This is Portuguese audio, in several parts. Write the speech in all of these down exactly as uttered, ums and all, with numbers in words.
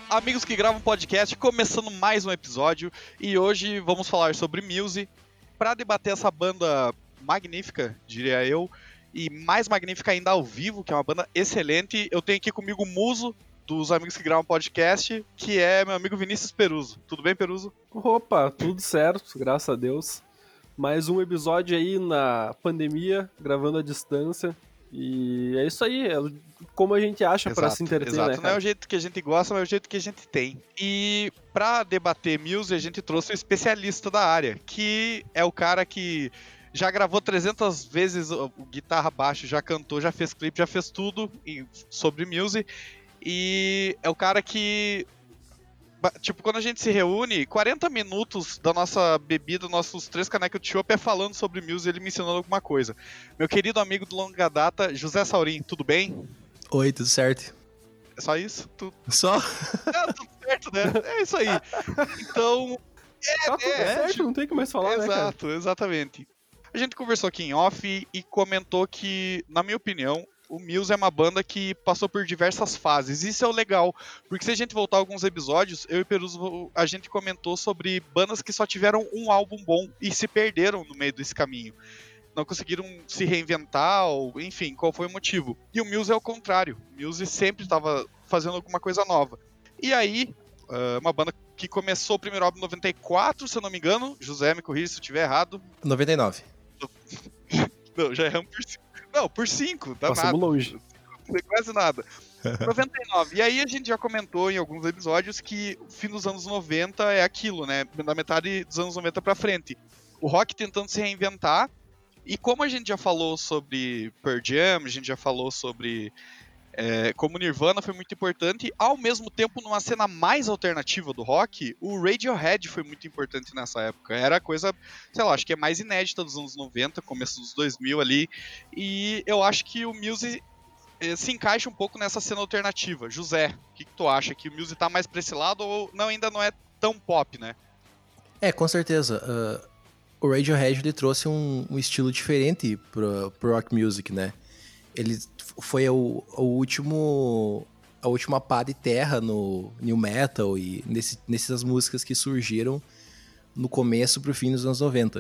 Amigos que gravam podcast, começando mais um episódio e hoje vamos falar sobre Muse. Para debater essa banda magnífica, diria eu, e mais magnífica ainda ao vivo, que é uma banda excelente, eu tenho aqui comigo o Muso dos Amigos que gravam podcast, que é meu amigo Vinícius Peruso. Tudo bem, Peruso? Opa, tudo certo, graças a Deus. Mais um episódio aí na pandemia, gravando à distância. E é isso aí, é como a gente acha para se entreter, exato. né, Não cara? é o jeito que a gente gosta, mas é o jeito que a gente tem. E pra debater Muse, a gente trouxe um especialista da área, que é o cara que já gravou trezentas vezes o guitarra baixo, já cantou, já fez clipe, já fez tudo sobre Muse. E é o cara que... Tipo, quando a gente se reúne, quarenta minutos da nossa bebida, nossos três canecos de chopp é falando sobre Muse, ele me ensinando alguma coisa. Meu querido amigo de longa data, José Saurim, tudo bem? Oi, tudo certo? É só isso? Tu... Só? É, tudo certo, né? É isso aí. Então... É, Tá tudo é, certo, não tem o que mais falar, exato, né, cara? Exato, exatamente. A gente conversou aqui em off e comentou que, na minha opinião, o Muse é uma banda que passou por diversas fases. Isso é o legal, porque se a gente voltar alguns episódios, eu e Peruso, a gente comentou sobre bandas que só tiveram um álbum bom e se perderam no meio desse caminho. Não conseguiram se reinventar, ou enfim, qual foi o motivo. E o Muse é o contrário. O Muse sempre estava fazendo alguma coisa nova. E aí, uma banda que começou o primeiro álbum em noventa e quatro, se eu não me engano. José, me corrija se eu estiver errado. noventa e nove. Não, já erramos por cinco. Não, por cinco, tá Passamos nada. longe. Quase nada. noventa e nove. E aí a gente já comentou em alguns episódios que o fim dos anos noventa é aquilo, né? Da metade dos anos noventa pra frente. O rock tentando se reinventar. E como a gente já falou sobre Pearl Jam, a gente já falou sobre é, como Nirvana foi muito importante, ao mesmo tempo numa cena mais alternativa do rock, o Radiohead foi muito importante nessa época. Era coisa, sei lá, acho que é mais inédita dos anos noventa, começo dos dois mil ali, e eu acho que o Muse é, se encaixa um pouco nessa cena alternativa. José, o que, que tu acha? Que o Muse tá mais pra esse lado ou não, ainda não é tão pop, né? É, com certeza. Uh, o Radiohead ele trouxe um, um estilo diferente pro, pro rock music, né? Ele foi o, o último, a última pá de terra no new metal e nesse, nessas músicas que surgiram no começo pro fim dos anos noventa.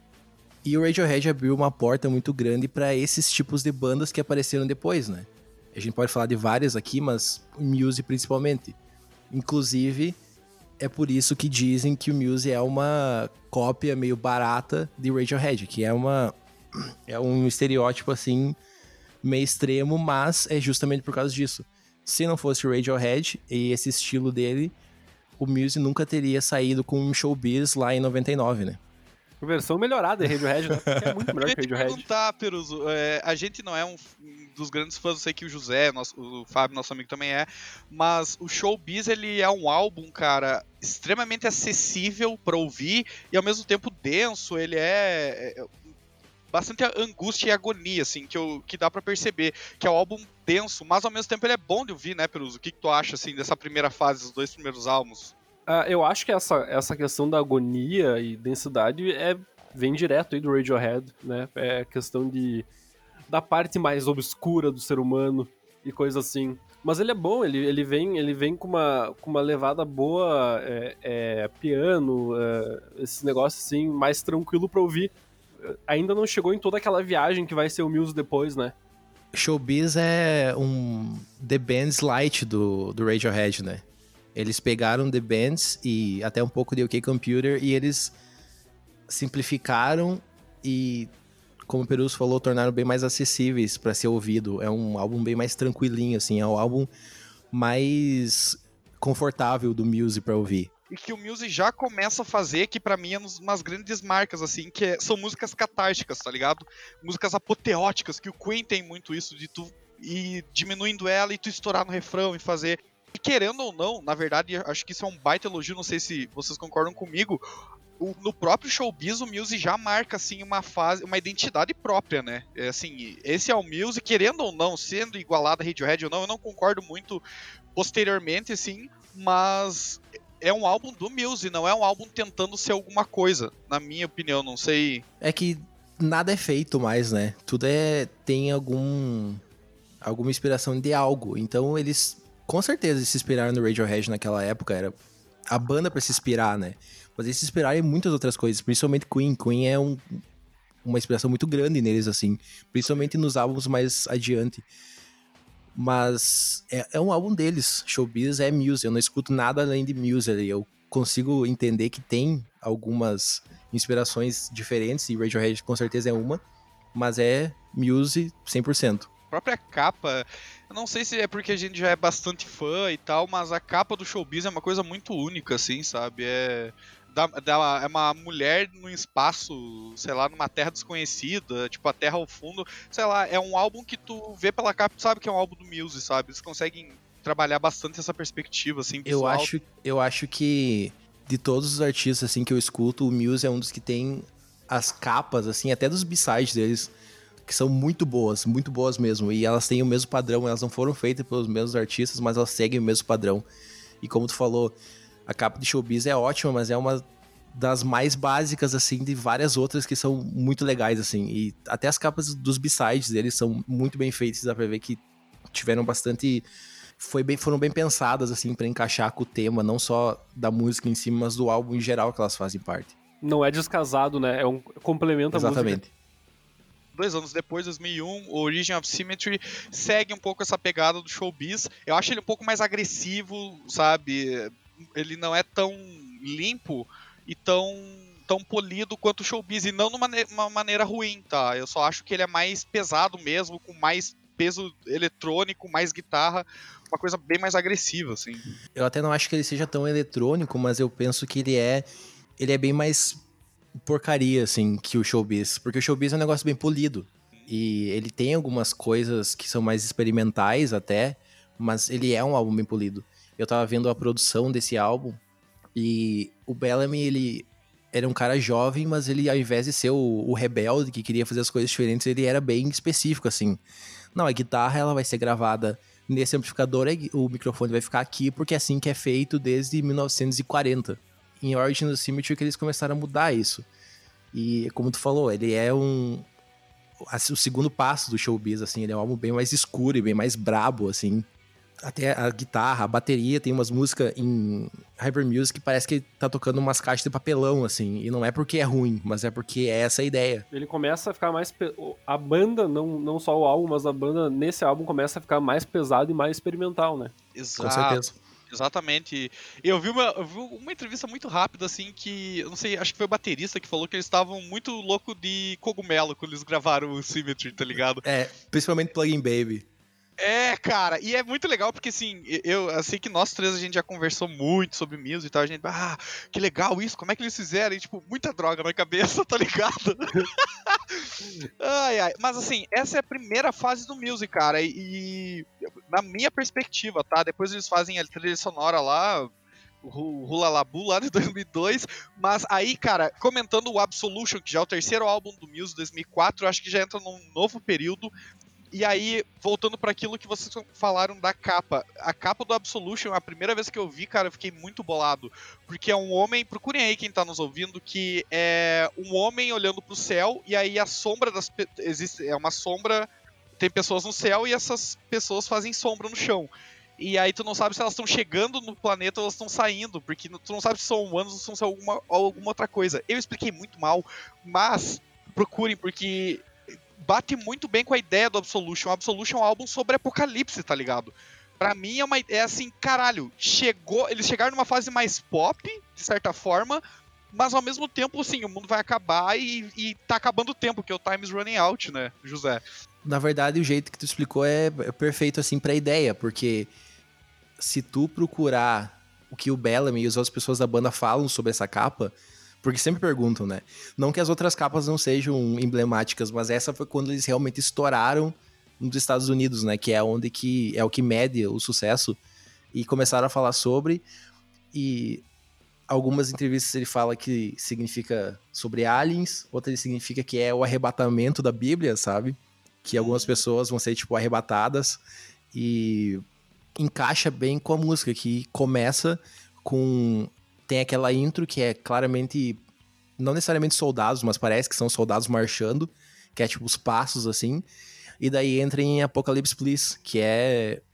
E o Radiohead abriu uma porta muito grande para esses tipos de bandas que apareceram depois, né? A gente pode falar de várias aqui, mas o Muse principalmente. Inclusive, é por isso que dizem que o Muse é uma cópia meio barata de Radiohead, que é uma é um estereótipo assim meio extremo, mas é justamente por causa disso. Se não fosse o Radiohead e esse estilo dele, o Muse nunca teria saído com um Showbiz lá em noventa e nove, né? Versão melhorada de Radiohead, né? Porque é muito melhor que Radiohead. Eu perguntar, Peruso, é, a gente não é um dos grandes fãs, eu sei que o José, nosso, o Fábio, nosso amigo também é, mas o Showbiz, ele é um álbum, cara, extremamente acessível pra ouvir e ao mesmo tempo denso, ele é... é bastante angústia e agonia, assim, que, eu, que dá pra perceber, que é um álbum denso, mas ao mesmo tempo ele é bom de ouvir, né, Peruso? O que, que tu acha, assim, dessa primeira fase, dos dois primeiros álbuns? Uh, eu acho que essa, essa questão da agonia e densidade é, vem direto aí do Radiohead, né? É questão de, da parte mais obscura do ser humano e coisa assim. Mas ele é bom, ele, ele, vem, ele vem com uma, com uma levada boa, é, é, piano, é, esse negócio assim, mais tranquilo pra ouvir. Ainda não chegou em toda aquela viagem que vai ser o Muse depois, né? Showbiz é um The Bands light do, do Radiohead, né? Eles pegaram The Bands e até um pouco de OK Computer e eles simplificaram e, como o Peruso falou, tornaram bem mais acessíveis para ser ouvido. É um álbum bem mais tranquilinho, assim, é um álbum mais confortável do Muse para ouvir. E que o Muse já começa a fazer, que pra mim é umas grandes marcas, assim, que é, são músicas catárticas, tá ligado? Músicas apoteóticas, que o Queen tem muito isso, de tu ir diminuindo ela e tu estourar no refrão e fazer... E querendo ou não, na verdade, acho que isso é um baita elogio, não sei se vocês concordam comigo, o, no próprio Showbiz, o Muse já marca, assim, uma fase, uma identidade própria, né? É, assim, esse é o Muse, querendo ou não, sendo igualado a Radiohead ou não, eu não concordo muito posteriormente, assim, mas... é um álbum do Muse, não é um álbum tentando ser alguma coisa, na minha opinião, não sei. É que nada é feito mais, né? Tudo é tem algum alguma inspiração de algo. Então eles com certeza eles se inspiraram no Radiohead naquela época, era a banda pra se inspirar, né? Mas eles se inspiraram em muitas outras coisas, principalmente Queen. Queen é um, uma inspiração muito grande neles, assim, principalmente nos álbuns mais adiante. Mas é, é um álbum deles, Showbiz é Muse, eu não escuto nada além de Muse ali, eu consigo entender que tem algumas inspirações diferentes, e Radiohead com certeza é uma, mas é Muse cem por cento. A própria capa, eu não sei se é porque a gente já é bastante fã e tal, mas a capa do Showbiz é uma coisa muito única, assim, sabe? É, da, da, é uma mulher no espaço, sei lá, numa terra desconhecida, tipo a terra ao fundo, sei lá, é um álbum que tu vê pela capa e sabe que é um álbum do Muse, sabe? Eles conseguem trabalhar bastante essa perspectiva, assim, Eu visual. acho, eu acho que de todos os artistas, assim, que eu escuto, o Muse é um dos que tem as capas, assim, até dos B-sides deles, que são muito boas, muito boas mesmo. E elas têm o mesmo padrão, elas não foram feitas pelos mesmos artistas, mas elas seguem o mesmo padrão. E como tu falou, a capa de Showbiz é ótima, mas é uma das mais básicas, assim, de várias outras que são muito legais, assim. E até as capas dos B-sides deles são muito bem feitas, dá pra ver que tiveram bastante... Foi bem, foram bem pensadas, assim, pra encaixar com o tema, não só da música em si, mas do álbum em geral que elas fazem parte. Não é descasado, né? É um complemento à música. Exatamente. Dois anos depois, dois mil e um, o Origin of Symmetry segue um pouco essa pegada do Showbiz. Eu acho ele um pouco mais agressivo, sabe? Ele não é tão limpo e tão, tão polido quanto o Showbiz, e não de uma, uma maneira ruim, tá? Eu só acho que ele é mais pesado mesmo, com mais peso eletrônico, mais guitarra, uma coisa bem mais agressiva, assim. Eu até não acho que ele seja tão eletrônico, mas eu penso que ele é, ele é bem mais porcaria, assim, que o Showbiz. Porque o Showbiz é um negócio bem polido. E ele tem algumas coisas que são mais experimentais até, mas ele é um álbum bem polido. Eu tava vendo a produção desse álbum e o Bellamy, ele era um cara jovem, mas ele, ao invés de ser o, o rebelde que queria fazer as coisas diferentes, ele era bem específico, assim. Não, a guitarra, ela vai ser gravada nesse amplificador, o microfone vai ficar aqui, porque é assim que é feito desde mil novecentos e quarenta. Em Origin of Symmetry que eles começaram a mudar isso. E como tu falou, ele é um... o segundo passo do Showbiz, assim, ele é um álbum bem mais escuro e bem mais brabo, assim. Até a guitarra, a bateria, tem umas músicas em Hyper Music que parece que tá tocando umas caixas de papelão, assim. E não é porque é ruim, mas é porque é essa a ideia. Ele começa a ficar mais... Pe... A banda, não, não só o álbum, mas a banda nesse álbum começa a ficar mais pesado e mais experimental, né? Exato. Com certeza. Exatamente. Eu vi, uma, eu vi uma entrevista muito rápida, assim, que, eu não sei, acho que foi o baterista que falou que eles estavam muito louco de cogumelo quando eles gravaram o Symmetry, tá ligado? É, principalmente Plug-in Baby. É, cara, e é muito legal porque, assim, eu, eu sei que nós três a gente já conversou muito sobre Muse e tal, a gente, ah, que legal isso, como é que eles fizeram? E, tipo, muita droga na cabeça, tá ligado? Ai, ai, mas assim, essa é a primeira fase do Muse, cara, e, e na minha perspectiva, tá, depois eles fazem a trilha sonora lá, o Hula Labu lá de dois mil e dois, mas aí, cara, comentando o Absolution, que já é o terceiro álbum do Muse, dois mil e quatro, eu acho que já entra num novo período. E aí, voltando para aquilo que vocês falaram da capa. A capa do Absolution, a primeira vez que eu vi, cara, eu fiquei muito bolado. Porque é um homem, procurem aí quem tá nos ouvindo, que é um homem olhando pro céu, e aí a sombra das... existe É uma sombra, tem pessoas no céu, e essas pessoas fazem sombra no chão. E aí tu não sabe se elas estão chegando no planeta ou elas estão saindo, porque tu não sabe se são humanos ou se são alguma, alguma outra coisa. Eu expliquei muito mal, mas procurem, porque... bate muito bem com a ideia do Absolution. O Absolution é um álbum sobre apocalipse, tá ligado? Pra mim é uma é assim, caralho, chegou, eles chegaram numa fase mais pop, de certa forma, mas ao mesmo tempo, assim, o mundo vai acabar e, e tá acabando o tempo, que é o time is running out, né, José? Na verdade, o jeito que tu explicou é, é perfeito, assim, pra ideia, porque se tu procurar o que o Bellamy e as outras pessoas da banda falam sobre essa capa, porque sempre perguntam, né? Não que as outras capas não sejam emblemáticas, mas essa foi quando eles realmente estouraram nos Estados Unidos, né? Que é onde que é o que mede o sucesso. E começaram a falar sobre. E algumas entrevistas ele fala que significa sobre aliens, outras significa que é o arrebatamento da Bíblia, sabe? Que algumas pessoas vão ser, tipo, arrebatadas. E encaixa bem com a música, que começa com... Tem aquela intro que é claramente, não necessariamente soldados, mas parece que são soldados marchando, que é tipo os passos assim. E daí entra em Apocalypse Please, que é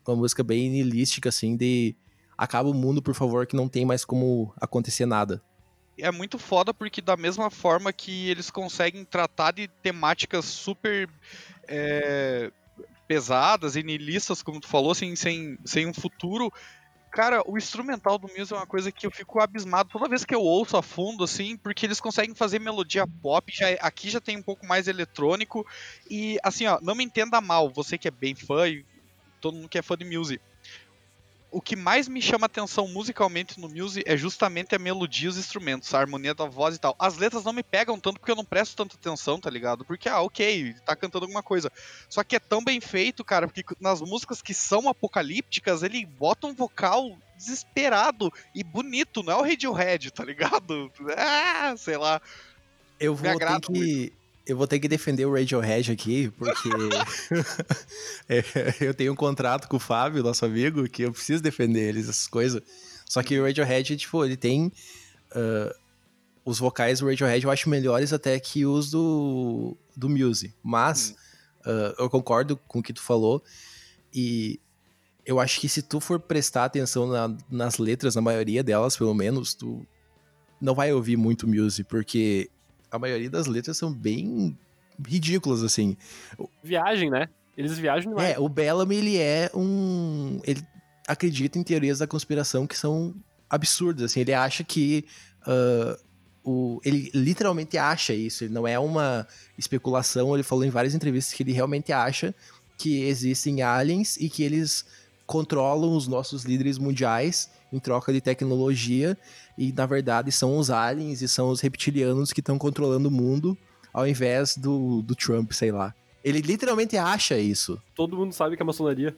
uma música bem niilística, assim, de acaba o mundo, por favor, que não tem mais como acontecer nada. É muito foda porque da mesma forma que eles conseguem tratar de temáticas super é, pesadas e nihilistas, como tu falou, assim, sem, sem um futuro, cara, o instrumental do Muse é uma coisa que eu fico abismado toda vez que eu ouço a fundo, assim, porque eles conseguem fazer melodia pop, já, aqui já tem um pouco mais eletrônico, e assim, ó, não me entenda mal, você que é bem fã e todo mundo que é fã de Muse. O que mais me chama atenção musicalmente no Muse é justamente a melodia e os instrumentos, a harmonia da voz e tal. As letras não me pegam tanto porque eu não presto tanta atenção, tá ligado? Porque, ah, ok, tá cantando alguma coisa. Só que é tão bem feito, cara, porque nas músicas que são apocalípticas, ele bota um vocal desesperado e bonito, não é o Radiohead, tá ligado? Ah, sei lá. Eu Me vou ter agrada que... muito. Eu vou ter que defender o Radiohead aqui, porque é, eu tenho um contrato com o Fábio, nosso amigo, que eu preciso defender eles, essas coisas. Só que o Radiohead, tipo, ele tem... Uh, os vocais do Radiohead eu acho melhores até que os do, do Muse. Mas hum. uh, eu concordo com o que tu falou. E eu acho que se tu for prestar atenção na, nas letras, na maioria delas, pelo menos, tu não vai ouvir muito Muse, porque... a maioria das letras são bem ridículas, assim. Viagem, né? Eles viajam demais. É, o Bellamy, ele é um... ele acredita em teorias da conspiração que são absurdas, assim. Ele acha que... Uh, o... ele literalmente acha isso. Ele não é uma especulação. Ele falou em várias entrevistas que ele realmente acha que existem aliens e que eles controlam os nossos líderes mundiais em troca de tecnologia, e na verdade são os aliens e são os reptilianos que estão controlando o mundo ao invés do, do Trump, sei lá. Ele literalmente acha isso. Todo mundo sabe que é maçonaria.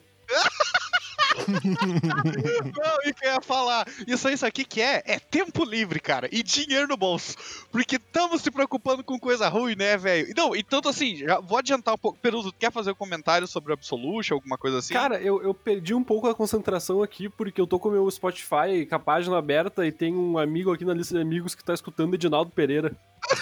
Não, e que eu ia falar, isso aí, isso aqui que é, é tempo livre, cara, e dinheiro no bolso, porque estamos se preocupando com coisa ruim, né, velho? Não, e tanto assim, já vou adiantar um pouco. Peruso, tu quer fazer um comentário sobre o Absolution, alguma coisa assim? Cara, eu, eu perdi um pouco a concentração aqui, porque eu tô com o meu Spotify com a página aberta e tem um amigo aqui na lista de amigos que tá escutando Edinaldo Pereira.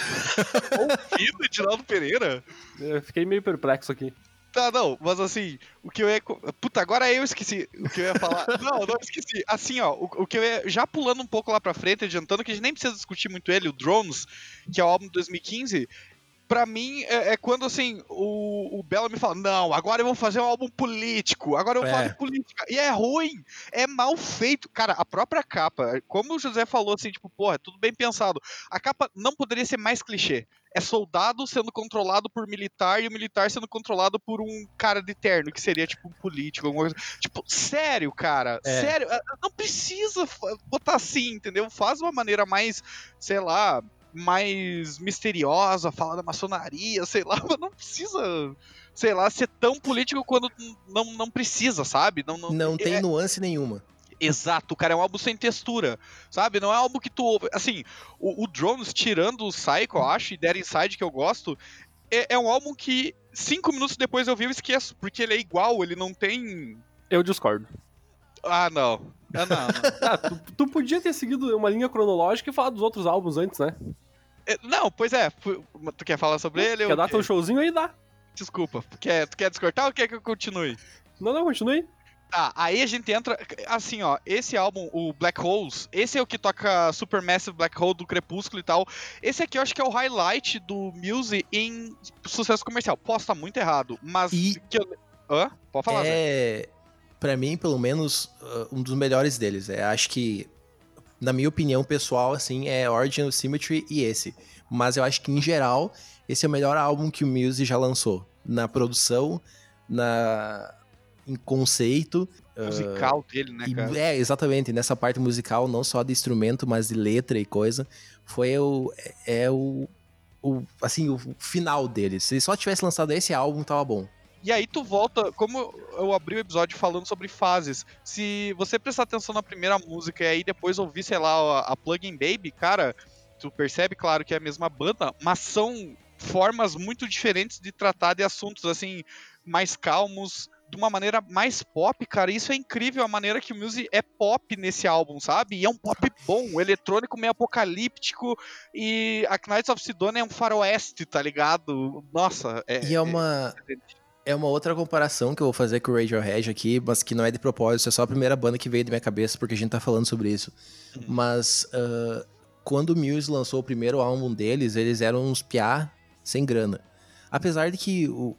Ouvindo Edinaldo Pereira? Eu fiquei meio perplexo aqui. Tá, não, mas assim, o que eu ia... Puta, agora eu esqueci o que eu ia falar. Não, não esqueci. Assim, ó, o, o que eu ia... Já pulando um pouco lá pra frente, adiantando, que a gente nem precisa discutir muito ele, o Drones, que é o álbum de dois mil e quinze... Pra mim, é, é quando, assim, o, o Bella me fala, não, agora eu vou fazer um álbum político, agora eu vou É. falar de política. E é ruim, é mal feito. Cara, a própria capa, como o José falou, assim, tipo, porra, é tudo bem pensado. A capa não poderia ser mais clichê. É soldado sendo controlado por militar e o militar sendo controlado por um cara de terno, que seria, tipo, um político, alguma coisa. Tipo, sério, cara, É. sério, não precisa botar assim, entendeu? Faz uma maneira mais, sei lá... mais misteriosa, falar da maçonaria, sei lá, mas não precisa, sei lá, ser tão político quando não, não precisa, sabe? Não, não, Não é, tem nuance nenhuma. Exato, cara, é um álbum sem textura, sabe? Não é um álbum que tu ouve, assim, o, o Drones, tirando o Psycho, eu acho, e Dead Inside, que eu gosto, é, é um álbum que cinco minutos depois eu vi eu esqueço, porque ele é igual, ele não tem... Eu discordo. Ah, não. Ah, não, não. Ah, tu, tu podia ter seguido uma linha cronológica e falar dos outros álbuns antes, né? É, não, pois é, tu quer falar sobre ele? Quer dar teu showzinho aí? Dá. Desculpa, tu quer, tu quer descortar ou quer que eu continue? Não, não, continue. Tá, aí a gente entra, assim, ó, esse álbum, o Black Holes, esse é o que toca Supermassive Black Hole do Crepúsculo e tal. Esse aqui eu acho que é o highlight do Muse em sucesso comercial. Posso estar muito errado, mas... E que eu... Hã? Pode falar, Zé. é, pra mim, pelo menos, uh, um dos melhores deles. É, acho que, na minha opinião pessoal, assim, é Origin of Symmetry e esse. Mas eu acho que, em geral, esse é o melhor álbum que o Muse já lançou. Na produção, na... em conceito. Musical uh, dele, né, e, cara? É, exatamente. Nessa parte musical, não só de instrumento, mas de letra e coisa. Foi o... É, é o, o... Assim, o final deles. Se ele só tivesse lançado esse álbum, tava bom. E aí tu volta, como eu abri o episódio falando sobre fases, se você prestar atenção na primeira música e aí depois ouvir, sei lá, a, a Plug-in Baby, cara, tu percebe, claro, que é a mesma banda, mas são formas muito diferentes de tratar de assuntos, assim, mais calmos, de uma maneira mais pop, cara. Isso é incrível, a maneira que o Muse é pop nesse álbum, sabe? E é um pop bom, um eletrônico meio apocalíptico, e a Knights of Sidonia é um faroeste, tá ligado? Nossa, é... E é uma... é... É uma outra comparação que eu vou fazer com o Radiohead aqui, mas que não é de propósito, é só a primeira banda que veio da minha cabeça, porque a gente tá falando sobre isso. Uhum. Mas uh, quando o Muse lançou o primeiro álbum deles, eles eram uns piá sem grana. Apesar de que o,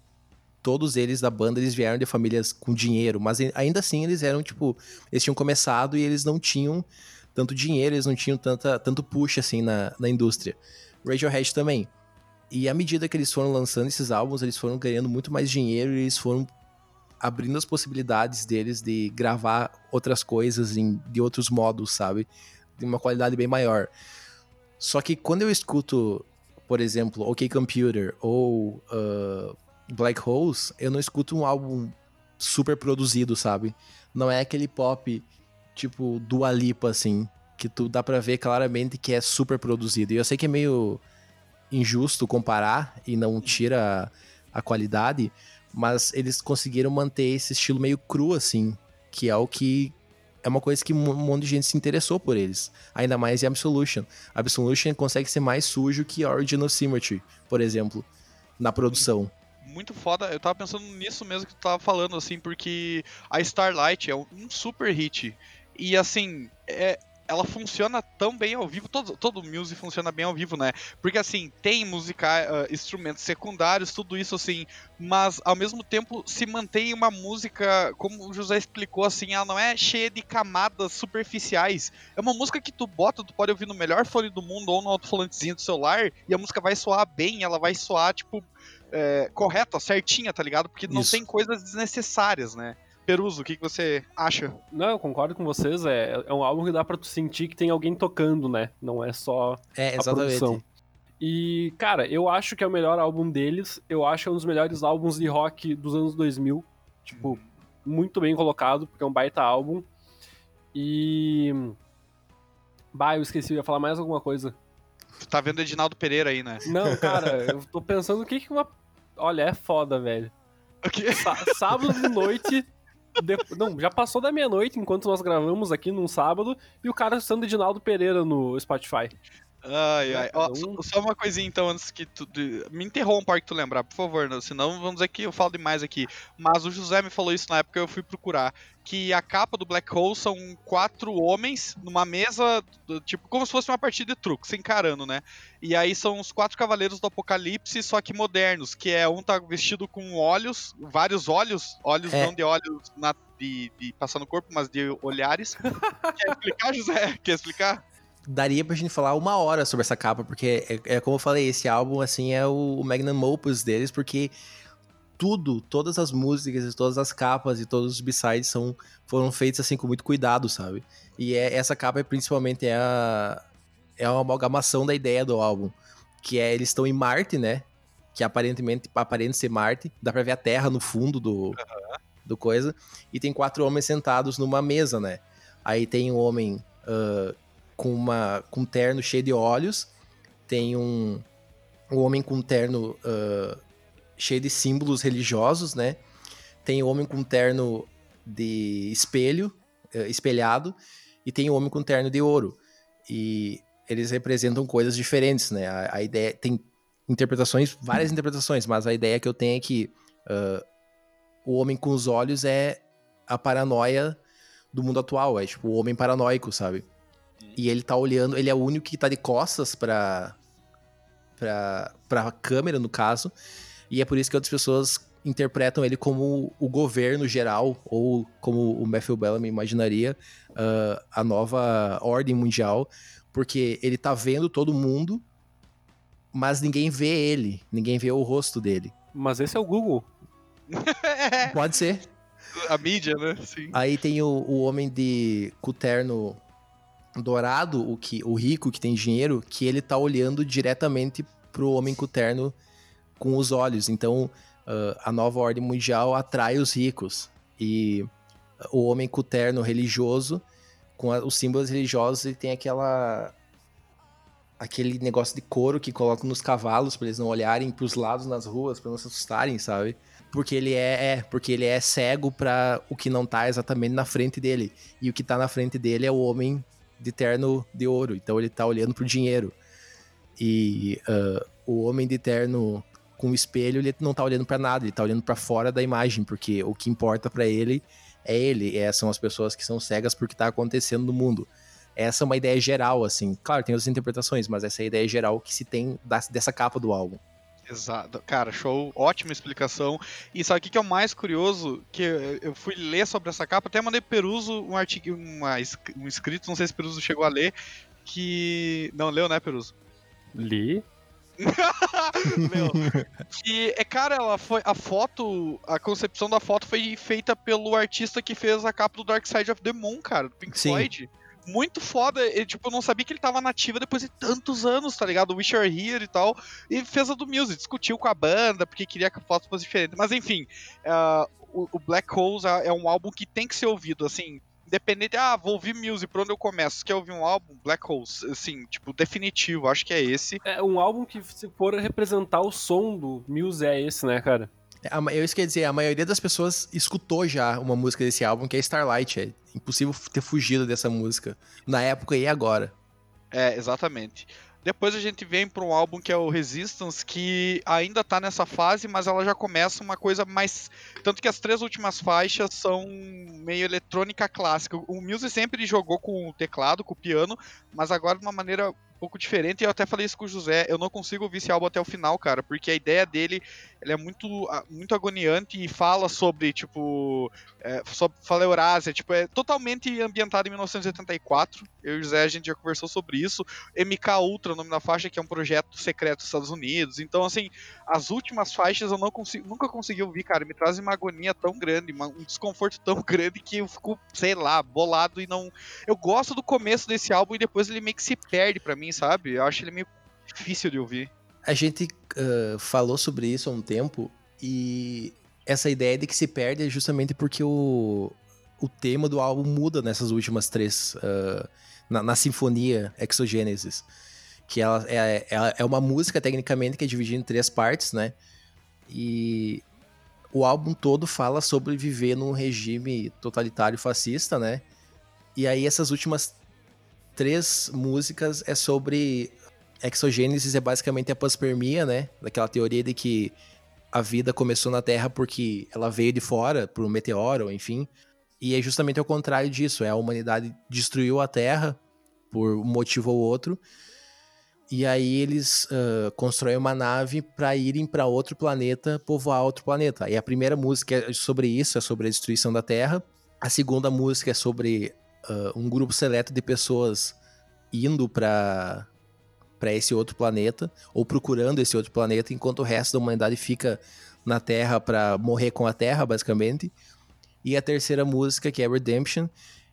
todos eles da banda, eles vieram de famílias com dinheiro, mas ainda assim eles eram, tipo, eles tinham começado e eles não tinham tanto dinheiro, eles não tinham tanta, tanto push, assim, na, na indústria. Radiohead também. E à medida que eles foram lançando esses álbuns, eles foram ganhando muito mais dinheiro e eles foram abrindo as possibilidades deles de gravar outras coisas em, de outros modos, sabe? De uma qualidade bem maior. Só que quando eu escuto, por exemplo, OK Computer ou uh, Black Holes, eu não escuto um álbum super produzido, sabe? Não é aquele pop tipo Dua Lipa, assim, que tu dá pra ver claramente que é super produzido. E eu sei que é meio injusto comparar e não tira a, a qualidade, mas eles conseguiram manter esse estilo meio cru, assim, que é o que é uma coisa que um monte de gente se interessou por eles, ainda mais em Absolution. Absolution consegue ser mais sujo que Original Symmetry, por exemplo, na produção. Muito foda, eu tava pensando nisso mesmo que tu tava falando, assim, porque a Starlight é um super hit, e assim, é, ela funciona tão bem ao vivo, todo, todo music funciona bem ao vivo, né? Porque assim, tem música, uh, instrumentos secundários, tudo isso assim, mas ao mesmo tempo se mantém uma música, como o José explicou, assim, ela não é cheia de camadas superficiais. É uma música que tu bota, tu pode ouvir no melhor fone do mundo ou no alto-falantezinho do celular, e a música vai soar bem, ela vai soar, tipo, é, correta, certinha, tá ligado? Porque não Isso. tem coisas desnecessárias, né? Peruso, o que, que você acha? Não, eu concordo com vocês, é, é um álbum que dá pra tu sentir que tem alguém tocando, né? Não é só É, a produção. E, cara, eu acho que é o melhor álbum deles, eu acho que é um dos melhores álbuns de rock dos anos dois mil, tipo, muito bem colocado, porque é um baita álbum. E... Bah, eu esqueci, eu ia falar mais alguma coisa. Tu tá vendo Edinaldo Pereira aí, né? Não, cara, eu tô pensando o que que uma... Olha, é foda, velho. O quê? Sá- sábado de noite... De... Não, já passou da meia-noite enquanto nós gravamos aqui num sábado e o cara sendo Edinaldo Pereira no Spotify. Ai, ai. Ó, Cada um- só, só uma coisinha então, antes que tu. de- Me interrompa que tu lembrar, por favor, né? Senão vamos dizer que eu falo demais aqui. Mas o José me falou isso na época eu fui procurar. Que a capa do Black Hole são quatro homens numa mesa, do- tipo, como se fosse uma partida de truco, se encarando, né? E aí são os quatro cavaleiros do Apocalipse, só que modernos, que é um tá vestido com olhos, vários olhos, olhos É. não de olhos na, de, de passar no corpo, mas de olhares. Quer explicar, José? Quer explicar? Daria pra gente falar uma hora sobre essa capa, porque é, é como eu falei, esse álbum, assim, é o, o magnum opus deles, porque tudo, todas as músicas, todas as capas e todos os b-sides são, foram feitos, assim, com muito cuidado, sabe? E é, essa capa, é, principalmente, é a, é uma amalgamação da ideia do álbum, que é, eles estão em Marte, né? Que aparentemente, aparenta ser Marte, dá pra ver a Terra no fundo do, uhum. do coisa, e tem quatro homens sentados numa mesa, né? Aí tem um homem... Uh, com, uma, com um terno cheio de olhos, tem um, um homem com um terno uh, cheio de símbolos religiosos, né? Tem um homem com um terno de espelho, uh, espelhado, e tem um homem com um terno de ouro. E eles representam coisas diferentes, né? A, a ideia tem interpretações, várias interpretações, mas a ideia que eu tenho é que uh, o homem com os olhos é a paranoia do mundo atual, é tipo o homem paranoico, sabe? E ele tá olhando, ele é o único que tá de costas pra, pra, pra câmera, no caso. E é por isso que outras pessoas interpretam ele como o governo geral, ou como o Matthew Bellamy imaginaria, uh, a nova ordem mundial. Porque ele tá vendo todo mundo, mas ninguém vê ele, ninguém vê o rosto dele. Mas esse é o Google. Pode ser. A mídia, né? Sim. Aí tem o, o homem de com o terno dourado, o, que, o rico que tem dinheiro, que ele tá olhando diretamente pro homem com o terno com os olhos. Então, uh, a nova ordem mundial atrai os ricos. E o homem com o terno religioso, com a, os símbolos religiosos, ele tem aquela... aquele negócio de couro que colocam nos cavalos pra eles não olharem pros lados nas ruas, pra não se assustarem, sabe? Porque ele é, é, porque ele é cego pra o que não tá exatamente na frente dele. E o que tá na frente dele é o homem de terno de ouro, então ele tá olhando pro dinheiro. E uh, o homem de terno com o espelho, ele não tá olhando pra nada, ele tá olhando pra fora da imagem, porque o que importa pra ele é ele, é, são as pessoas que são cegas porque tá acontecendo no mundo. Essa é uma ideia geral, assim. Claro, tem outras interpretações, mas essa é a ideia geral que se tem das, dessa capa do álbum. Exato. Cara, show, ótima explicação. E sabe o que que é o mais curioso? Que eu- eu fui ler sobre essa capa, até mandei pro Peruso um artigo, uma, es- um escrito, não sei se o Peruso chegou a ler, que... Não leu, né, Peruso? Li. Leu. Que, é, cara, ela foi, a foto, a concepção da foto foi feita pelo artista que fez a capa do Dark Side of the Moon, cara, do Pink Sim. Floyd. Muito foda, e, tipo, eu não sabia que ele tava nativa depois de tantos anos, tá ligado? Wish You're Here e tal. E fez a do Muse, discutiu com a banda, porque queria que a foto fosse diferente. Mas enfim, uh, o, o Black Holes é é um álbum que tem que ser ouvido, assim. Independente, ah, vou ouvir Muse, por onde eu começo? Quer ouvir um álbum? Black Holes, assim, tipo, definitivo, acho que é esse. É um álbum que, se for representar o som do Muse, é esse, né, cara? A ma- Eu isso quer dizer, a maioria das pessoas escutou já uma música desse álbum, que é Starlight. É impossível ter fugido dessa música. Na época e agora. É, exatamente. Depois a gente vem para um álbum que é o Resistance, que ainda tá nessa fase, mas ela já começa uma coisa mais. Tanto que as três últimas faixas são meio eletrônica clássica. O Muse sempre jogou com o teclado, com o piano, mas agora de uma maneira um pouco diferente. E eu até falei isso com o José, eu não consigo ouvir esse álbum até o final, cara, porque a ideia dele ele é muito, ah, muito agoniante e fala sobre, tipo. É, sobre, fala Eurásia, tipo, é totalmente ambientado em mil novecentos e oitenta e quatro. Eu e o José, a gente já conversou sobre isso. M K Ultra, o nome da faixa, que é um projeto secreto dos Estados Unidos. Então, assim, as últimas faixas eu não consigo, nunca consegui ouvir, cara. Me trazem uma agonia tão grande, uma- um desconforto tão grande que eu fico, sei lá, bolado e não. Eu gosto do começo desse álbum e depois ele meio que se perde pra mim, sabe? Eu acho ele meio difícil de ouvir. A gente uh, falou sobre isso há um tempo e essa ideia de que se perde é justamente porque o, o tema do álbum muda nessas últimas três, uh, na, na sinfonia Exogenesis, que ela é, é, é uma música tecnicamente que é dividida em três partes, né? E o álbum todo fala sobre viver num regime totalitário fascista, né? E aí essas últimas três músicas é sobre Exogênesis, é basicamente a panspermia, né? Daquela teoria de que a vida começou na Terra porque ela veio de fora, por um meteoro, enfim. E é justamente ao contrário disso, é a humanidade destruiu a Terra por um motivo ou outro. E aí eles uh, constroem uma nave para irem para outro planeta, povoar outro planeta. E a primeira música é sobre isso, é sobre a destruição da Terra. A segunda música é sobre uh, um grupo seleto de pessoas indo para para esse outro planeta, ou procurando esse outro planeta, enquanto o resto da humanidade fica na Terra para morrer com a Terra, basicamente. E a terceira música, que é Redemption,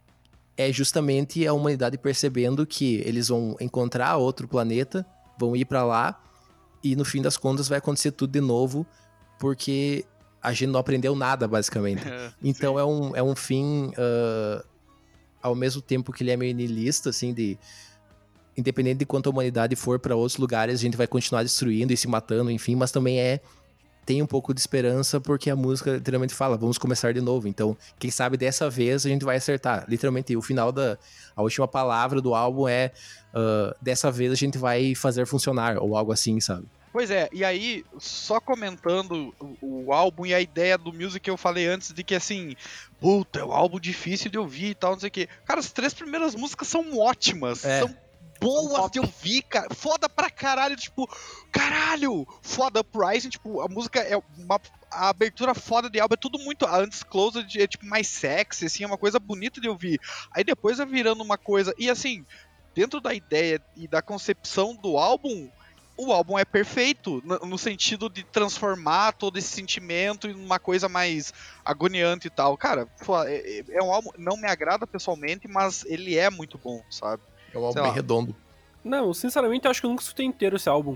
é justamente a humanidade percebendo que eles vão encontrar outro planeta, vão ir para lá, e no fim das contas vai acontecer tudo de novo, porque a gente não aprendeu nada, basicamente. Então é um, é um fim, uh, ao mesmo tempo que ele é meio niilista, assim, de... Independente de quanto a humanidade for para outros lugares, a gente vai continuar destruindo e se matando, enfim, mas também é... Tem um pouco de esperança, porque a música literalmente fala, vamos começar de novo. Então, quem sabe dessa vez a gente vai acertar. Literalmente, o final da... A última palavra do álbum é uh, dessa vez a gente vai fazer funcionar, ou algo assim, sabe? Pois é, e aí, só comentando o, o álbum e a ideia do music que eu falei antes, de que assim, puta, é um álbum difícil de ouvir e tal, não sei o quê. Cara, as três primeiras músicas são ótimas, É. são boas de ouvir, cara, foda pra caralho, tipo, caralho, foda Uprising, tipo, a música é uma, a abertura foda de álbum, é tudo muito, a Undisclosed é tipo mais sexy, assim, é uma coisa bonita de ouvir. Aí depois vai virando uma coisa, e assim, dentro da ideia e da concepção do álbum, o álbum é perfeito, no, no sentido de transformar todo esse sentimento em uma coisa mais agoniante e tal. Cara, pô, é, é um álbum, não me agrada pessoalmente, mas ele é muito bom, sabe? É um álbum Sei bem lá. redondo. Não, sinceramente, eu acho que eu nunca escutei inteiro esse álbum.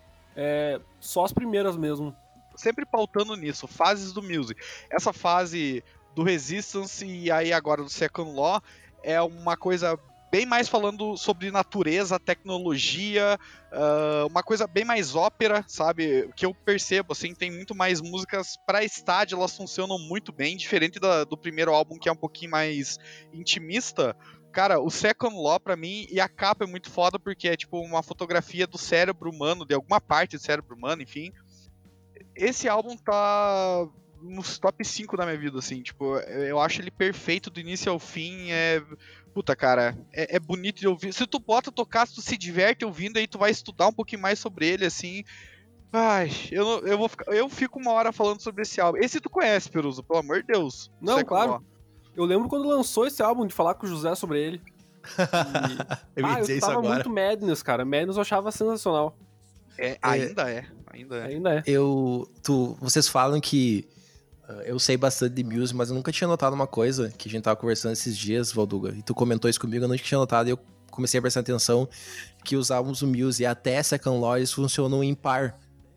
É só as primeiras mesmo. Sempre pautando nisso, fases do Muse. Essa fase do Resistance e aí agora do Second Law é uma coisa bem mais falando sobre natureza, tecnologia, uh, uma coisa bem mais ópera, sabe? Que eu percebo, assim, tem muito mais músicas para estádio, elas funcionam muito bem, diferente da, do primeiro álbum que é um pouquinho mais intimista. Cara, o Second Law pra mim, e a capa é muito foda porque é tipo uma fotografia do cérebro humano, de alguma parte do cérebro humano, enfim. esse álbum tá nos top cinco da minha vida, assim, tipo, eu acho ele perfeito do início ao fim, é... Puta, cara, é, é bonito de ouvir. Se tu bota tocar, se tu se diverte ouvindo, aí tu vai estudar um pouquinho mais sobre ele, assim. Ai, eu, não- eu, vou ficar, eu fico uma hora falando sobre esse álbum. Esse tu conhece, Peruso, pelo amor de Deus. Não, Second claro. Law. Eu lembro quando lançou esse álbum, de falar com o José sobre ele. E... Eu ia ah, dizer eu isso tava agora. muito Madness, cara. Madness eu achava sensacional. É, ainda é, ainda é. Ainda é. Eu, tu, vocês falam que uh, eu sei bastante de Muse, mas eu nunca tinha notado uma coisa que a gente tava conversando esses dias, Valduga, e tu comentou isso comigo, eu nunca tinha notado, e eu comecei a prestar atenção que os álbuns do Muse e até Second Law, eles funcionam em par.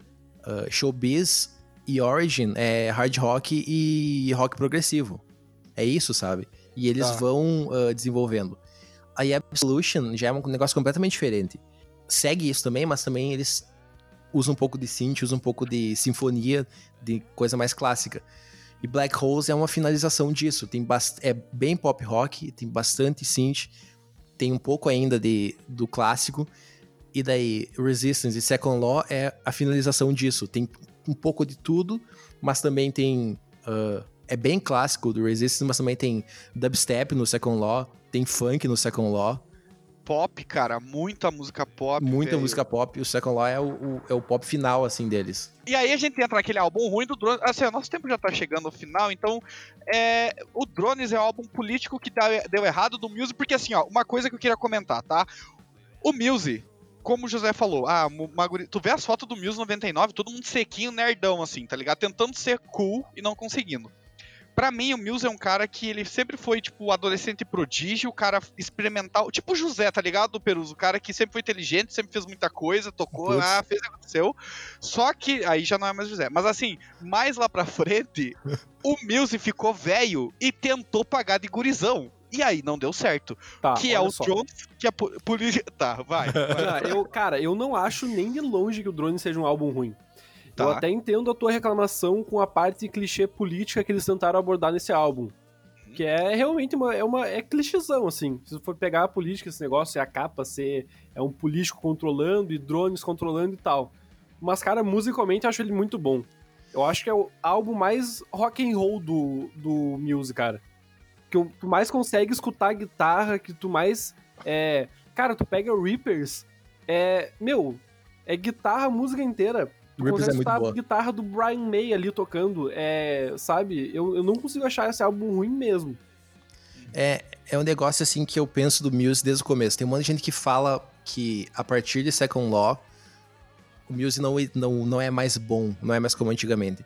Uh, Showbiz e Origin é hard rock e rock progressivo. É isso, sabe? E eles Tá. vão uh, desenvolvendo. Aí a Absolution já é um negócio completamente diferente. Segue isso também, mas também eles usam um pouco de synth, usam um pouco de sinfonia, de coisa mais clássica. E Black Holes é uma finalização disso. Tem bast- é bem pop rock, tem bastante synth, tem um pouco ainda de, do clássico. E daí Resistance e Second Law é a finalização disso. Tem um pouco de tudo, mas também tem... Uh, é bem clássico do Resistance, mas também tem dubstep no Second Law, tem funk no Second Law. Pop, cara, muita música pop. Muita véio. música pop, e o Second Law é o, o- é o pop final, assim, deles. E aí a gente entra naquele álbum ruim do Drones. Assim, o nosso tempo já tá chegando ao final, então é, o Drones é o álbum político que dá- deu errado do Muse, porque assim, ó, uma coisa que eu queria comentar, tá? O Muse, como o José falou, ah, uma guri- tu vê as fotos do Muse noventa e nove, todo mundo sequinho, nerdão, assim, tá ligado? Tentando ser cool e não conseguindo. Pra mim, o Muse é um cara que ele sempre foi, tipo, o adolescente prodígio, o cara experimental, tipo o José, tá ligado, do Peruso? O cara que sempre foi inteligente, sempre fez muita coisa, tocou, Putz. ah, fez, aconteceu. Só que, aí já não é mais o José. Mas assim, mais lá pra frente, o Muse ficou velho e tentou pagar de gurizão. E aí não deu certo. Tá, que é olha o só. Jones, que é política. Tá, vai. vai. Ah, eu, cara, eu não acho nem de longe que o Drone seja um álbum ruim. Eu Tá. até entendo a tua reclamação com a parte clichê política que eles tentaram abordar nesse álbum. Que é realmente uma, é uma é clichêzão, assim. Se for pegar a política, esse negócio, é a capa ser é um político controlando e drones controlando e tal. Mas, cara, musicalmente eu acho ele muito bom. Eu acho que é o álbum mais rock and roll do, do Muse, cara. Que tu mais consegue escutar a guitarra, que tu mais... É... Cara, tu pega o Reapers, é... Meu, é guitarra a música inteira. Tu Reapers consegue é muito escutar boa. a guitarra do Brian May ali tocando, é... Sabe? Eu, eu não consigo achar esse álbum ruim mesmo. É, é um negócio assim que eu penso do Muse desde o começo. Tem um monte de gente que fala que a partir de Second Law, o Muse não, não, não é mais bom, não é mais como antigamente.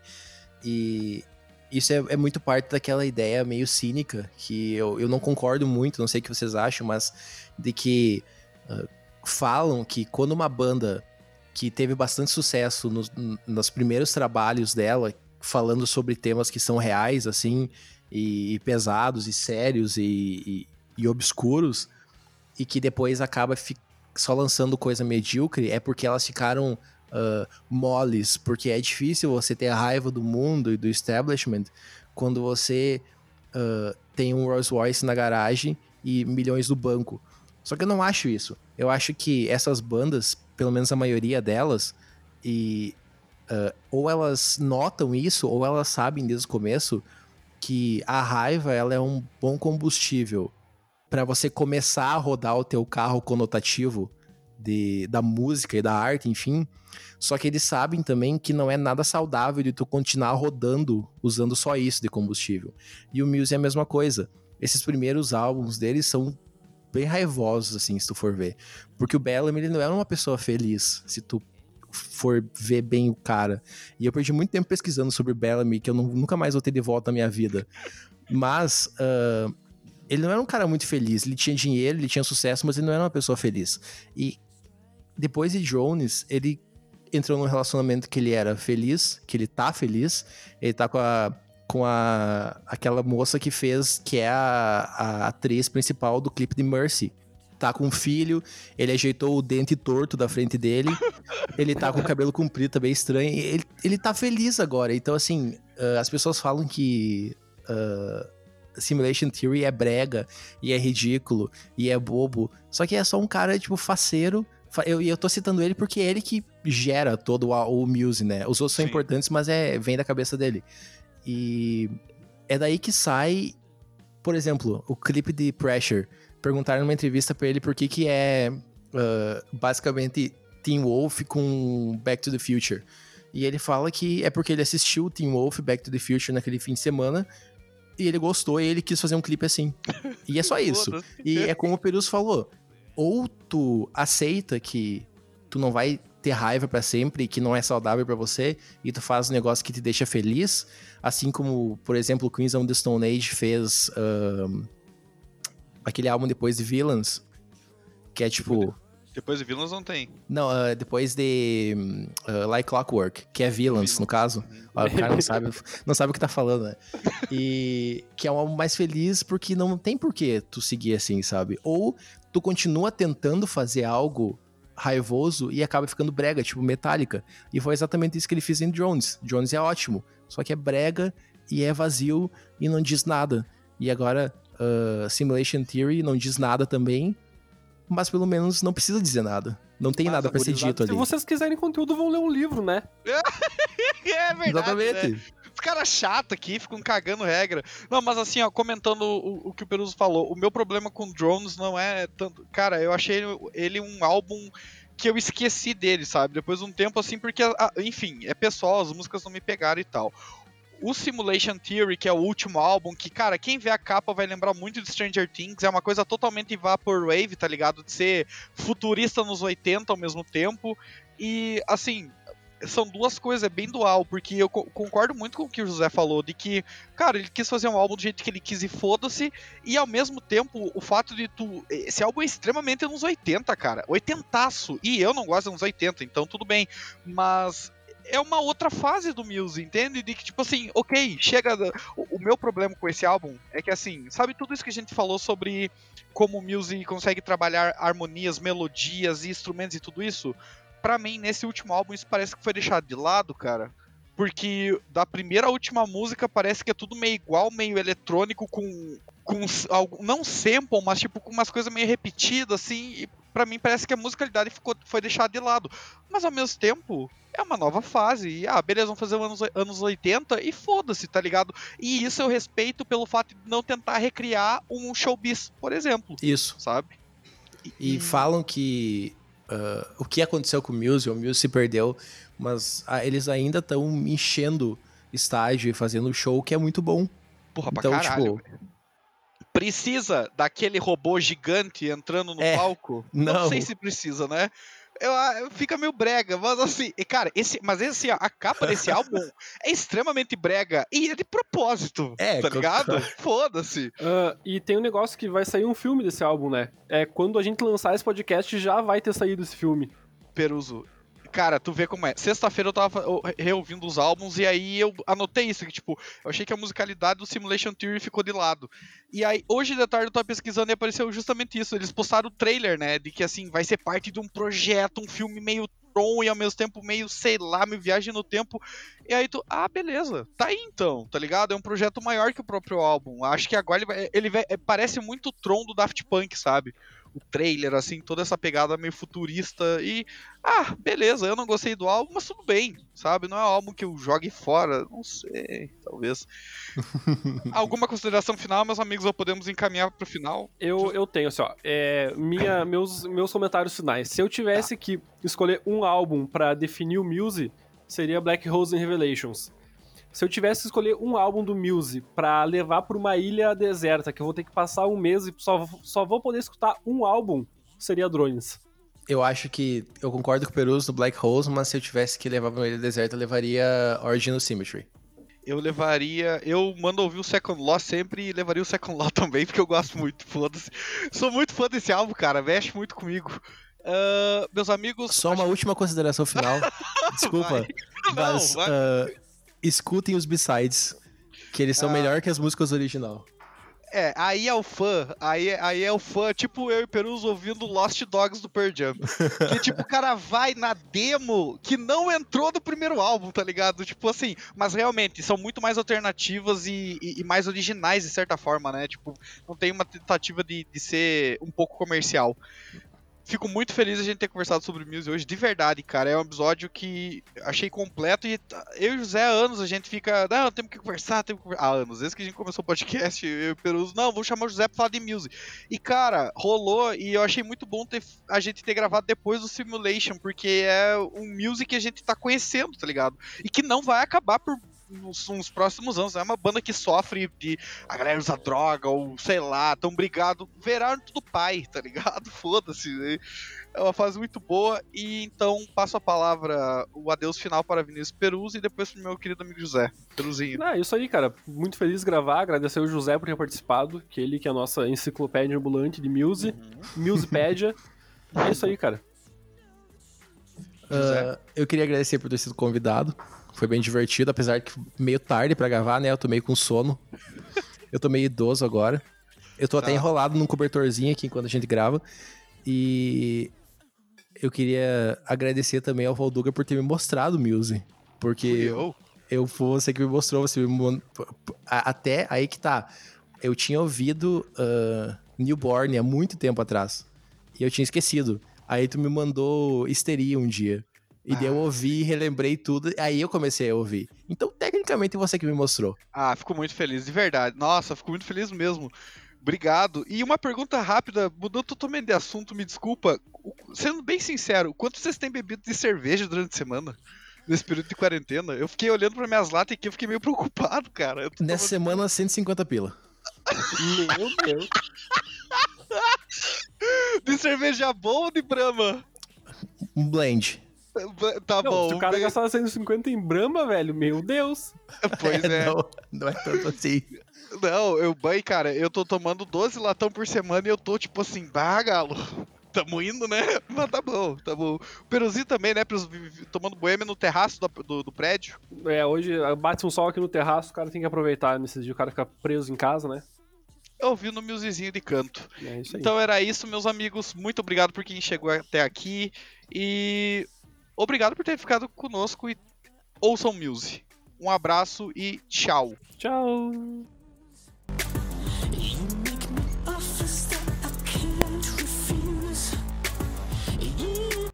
E isso é, é muito parte daquela ideia meio cínica, que eu, eu não concordo muito, não sei o que vocês acham, mas de que uh, falam que quando uma banda que teve bastante sucesso nos, nos primeiros trabalhos dela, falando sobre temas que são reais, assim, e, e pesados, e sérios, e, e, e obscuros, e que depois acaba fi- só lançando coisa medíocre, é porque elas ficaram uh, moles, porque é difícil você ter a raiva do mundo e do establishment quando você uh, tem um Rolls Royce na garagem e milhões no banco. Só que eu não acho isso. Eu acho que essas bandas, pelo menos a maioria delas, e uh, ou elas notam isso, ou elas sabem desde o começo que a raiva ela é um bom combustível para você começar a rodar o teu carro conotativo de, da música e da arte, enfim. Só que eles sabem também que não é nada saudável de tu continuar rodando usando só isso de combustível. E o Muse é a mesma coisa. Esses primeiros álbuns deles são bem raivosos, assim, se tu for ver. Porque o Bellamy, ele não era uma pessoa feliz, se tu for ver bem o cara. E eu perdi muito tempo pesquisando sobre o Bellamy, que eu não, nunca mais voltei de volta na minha vida. Mas uh, ele não era um cara muito feliz. Ele tinha dinheiro, ele tinha sucesso, mas ele não era uma pessoa feliz. E depois de Jones, ele entrou num relacionamento que ele era feliz, que ele tá feliz. Ele tá com a com a aquela moça que fez, que é a, a atriz principal do clipe de Mercy. Tá com um filho, ele ajeitou o dente torto da frente dele, ele tá com o cabelo comprido, tá bem estranho, ele, ele tá feliz agora. Então, assim, uh, as pessoas falam que uh, Simulation Theory é brega, e é ridículo, e é bobo, só que é só um cara, tipo, faceiro, Eu, eu tô citando ele porque é ele que gera todo o, o Muse, né? Os outros são Sim. importantes, mas é, vem da cabeça dele. E é daí que sai, por exemplo, o clipe de Pressure. Perguntaram numa entrevista pra ele por que que é uh, basicamente Teen Wolf com Back to the Future. E ele fala que é porque ele assistiu Teen Wolf, Back to the Future naquele fim de semana e ele gostou e ele quis fazer um clipe assim. E é só isso. E é como o Peruso falou, ou tu aceita que tu não vai ter raiva pra sempre, que não é saudável pra você, e tu faz um negócio que te deixa feliz, assim como, por exemplo, o Queens of the Stone Age fez um, aquele álbum depois de Villains, que é tipo... Depois de Villains não tem. Não, uh, depois de uh, Like Clockwork, que é Villains, no caso. Ó, o cara não sabe, não sabe o que tá falando, né? E que é um álbum mais feliz porque não tem por que tu seguir assim, sabe? Ou tu continua tentando fazer algo raivoso e acaba ficando brega, tipo Metallica. E foi exatamente isso que ele fez em Drones. Drones é ótimo, só que é brega e é vazio e não diz nada. E agora uh, Simulation Theory não diz nada também, mas pelo menos não precisa dizer nada. Não tem Mas, nada pra ser dito ali. Se vocês quiserem conteúdo, vão ler um livro, né? É verdade, Exatamente. né? Os caras chatos aqui ficam cagando regra. Não, mas assim, ó, comentando o, o que o Peruso falou, o meu problema com Drones não é tanto... Cara, eu achei ele um álbum que eu esqueci dele, sabe? Depois de um tempo, assim, porque, enfim, é pessoal, as músicas não me pegaram e tal. O Simulation Theory, que é o último álbum, que, cara, quem vê a capa vai lembrar muito de Stranger Things, é uma coisa totalmente Vaporwave, tá ligado? De ser futurista nos oitenta ao mesmo tempo. E, assim, são duas coisas, é bem dual, porque eu co- concordo muito com o que o José falou, de que, cara, ele quis fazer um álbum do jeito que ele quis e foda-se, e ao mesmo tempo, o fato de tu... Esse álbum é extremamente anos oitenta, cara, oitentaço, e eu não gosto dos anos oitenta, então tudo bem, mas... é uma outra fase do Muse, entende? De que, tipo assim, ok, chega... Da... O, o meu problema com esse álbum é que, assim, sabe tudo isso que a gente falou sobre como o Muse consegue trabalhar harmonias, melodias e instrumentos e tudo isso? Pra mim, nesse último álbum, isso parece que foi deixado de lado, cara. Porque da primeira à última música parece que é tudo meio igual, meio eletrônico, com... com algo, não sample, mas tipo com umas coisas meio repetidas, assim, e pra mim parece que a musicalidade ficou, foi deixada de lado. Mas ao mesmo tempo, é uma nova fase. E, ah, beleza, vamos fazer os anos, anos oitenta e foda-se, tá ligado? E isso eu respeito pelo fato de não tentar recriar um showbiz, por exemplo. Isso. Sabe? E, e falam que uh, o que aconteceu com o Muse, o Muse se perdeu, mas ah, eles ainda estão enchendo estágio e fazendo show que é muito bom. Porra, pra então, caralho, tipo, precisa daquele robô gigante entrando no É, palco? Não. não. sei se precisa, né? Eu, eu, fica meio brega, mas assim, e, cara, esse, mas esse, a capa desse álbum é extremamente brega e é de propósito, É, tá co- ligado? Foda-se. Ah, e tem um negócio que vai sair um filme desse álbum, né? É quando a gente lançar esse podcast já vai ter saído esse filme. Peruso. Cara, tu vê como é. Sexta-feira eu tava reouvindo os álbuns e aí eu anotei isso, que tipo, eu achei que a musicalidade do Simulation Theory ficou de lado. E aí, hoje de tarde eu tava pesquisando e apareceu justamente isso. Eles postaram o trailer, né, de que assim, vai ser parte de um projeto, um filme meio Tron e ao mesmo tempo meio, sei lá, meio viagem no tempo. E aí tu, ah, beleza, tá aí então, tá ligado? É um projeto maior que o próprio álbum. Acho que agora ele vai, ele vai, parece muito o Tron do Daft Punk, sabe? O trailer, assim, toda essa pegada meio futurista e... Ah, beleza, eu não gostei do álbum, mas tudo bem, sabe? Não é um álbum que eu jogue fora, não sei, talvez. Alguma consideração final, meus amigos, ou podemos encaminhar pro final? Eu, eu tenho, assim, ó, é, minha, meus, meus comentários finais. Se eu tivesse Tá. que escolher um álbum pra definir o Muse, seria Black Rose and Revelations. Se eu tivesse que escolher um álbum do Muse pra levar pra uma ilha deserta, que eu vou ter que passar um mês e só, só vou poder escutar um álbum, seria Drones. Eu acho que eu concordo com o Peruso no Black Rose, mas se eu tivesse que levar pra uma ilha deserta, eu levaria Original Symmetry. Eu levaria... Eu mando ouvir o Second Law sempre e levaria o Second Law também, porque eu gosto muito, foda-se. Sou muito fã desse álbum, cara, mexe muito comigo. Uh, meus amigos... Só uma acho... última consideração final. Desculpa. Vai. Mas Não, vai. uh, escutem os B-sides, que eles são Ah. melhor que as músicas original. É, aí é o fã, aí, aí é o fã, tipo eu e Peruso ouvindo Lost Dogs do Pearl Jam. Que tipo, o cara vai na demo que não entrou do primeiro álbum, tá ligado? Tipo assim, mas realmente são muito mais alternativas e, e, e mais originais de certa forma, né? Tipo, não tem uma tentativa de, de ser um pouco comercial. Fico muito feliz de a gente ter conversado sobre o Muse hoje, de verdade, cara. É um episódio que achei completo e eu e o José há anos a gente fica, não, temos que conversar, temos que conversar. Há anos, desde que a gente começou o podcast, eu e o Peruso, não, vou chamar o José pra falar de Muse. E, cara, rolou e eu achei muito bom ter, a gente ter gravado depois do Simulation, porque é um Muse que a gente tá conhecendo, tá ligado? E que não vai acabar por Nos, nos próximos anos. É uma banda que sofre de a galera usa droga, ou sei lá, tão brigado. Viraram tudo pai, tá ligado? Foda-se. É uma fase muito boa. E então passo a palavra, o adeus final para Vinícius Peruzzi e depois pro meu querido amigo José. Peruzinho. É isso aí, cara. Muito feliz de gravar. Agradecer o José por ter participado, que ele que é a nossa enciclopédia ambulante de Muse. Uhum. Musepédia. É isso aí, cara. Uh, eu queria agradecer por ter sido convidado. Foi bem divertido, apesar que meio tarde pra gravar, né? Eu tô meio com sono. Eu tô meio idoso agora. Eu tô tá. até enrolado num cobertorzinho aqui enquanto a gente grava. E eu queria agradecer também ao Valduga por ter me mostrado o Muse. Porque eu, eu fui você que me mostrou. Você me... Até aí que tá. Eu tinha ouvido uh, Newborn há muito tempo atrás. E eu tinha esquecido. Aí tu me mandou Histeria um dia. E daí eu ouvi, relembrei tudo, aí eu comecei a ouvir. Então, tecnicamente, você que me mostrou. Ah, fico muito feliz, de verdade. Nossa, fico muito feliz mesmo. Obrigado. E uma pergunta rápida, mudou totalmente de assunto, me desculpa. Sendo bem sincero, quanto vocês têm bebido de cerveja durante a semana? Nesse período de quarentena? Eu fiquei olhando pra minhas latas aqui, eu fiquei meio preocupado, cara. Nessa tomando... semana, cento e cinquenta pila. Meu Deus. De cerveja boa ou de Brahma? Um blend. Tá não, bom. Se o cara gastar cento e cinquenta em Brahma, velho, meu Deus. Pois é. Não, não é tanto assim. Não, eu, bem, cara, eu tô tomando doze latão por semana e eu tô tipo assim, bah, galo. Tamo indo, né? Mas tá bom, tá bom. O Peruzinho também, né? Tomando boêmia no terraço do, do, do prédio. É, hoje bate um sol aqui no terraço, o cara tem que aproveitar nesses dias, o cara fica preso em casa, né? Eu ouvi no Musezinho de canto. É isso aí. Então era isso, meus amigos. Muito obrigado por quem chegou até aqui. E obrigado por ter ficado conosco e ouçam Muse. Um abraço e tchau. Tchau.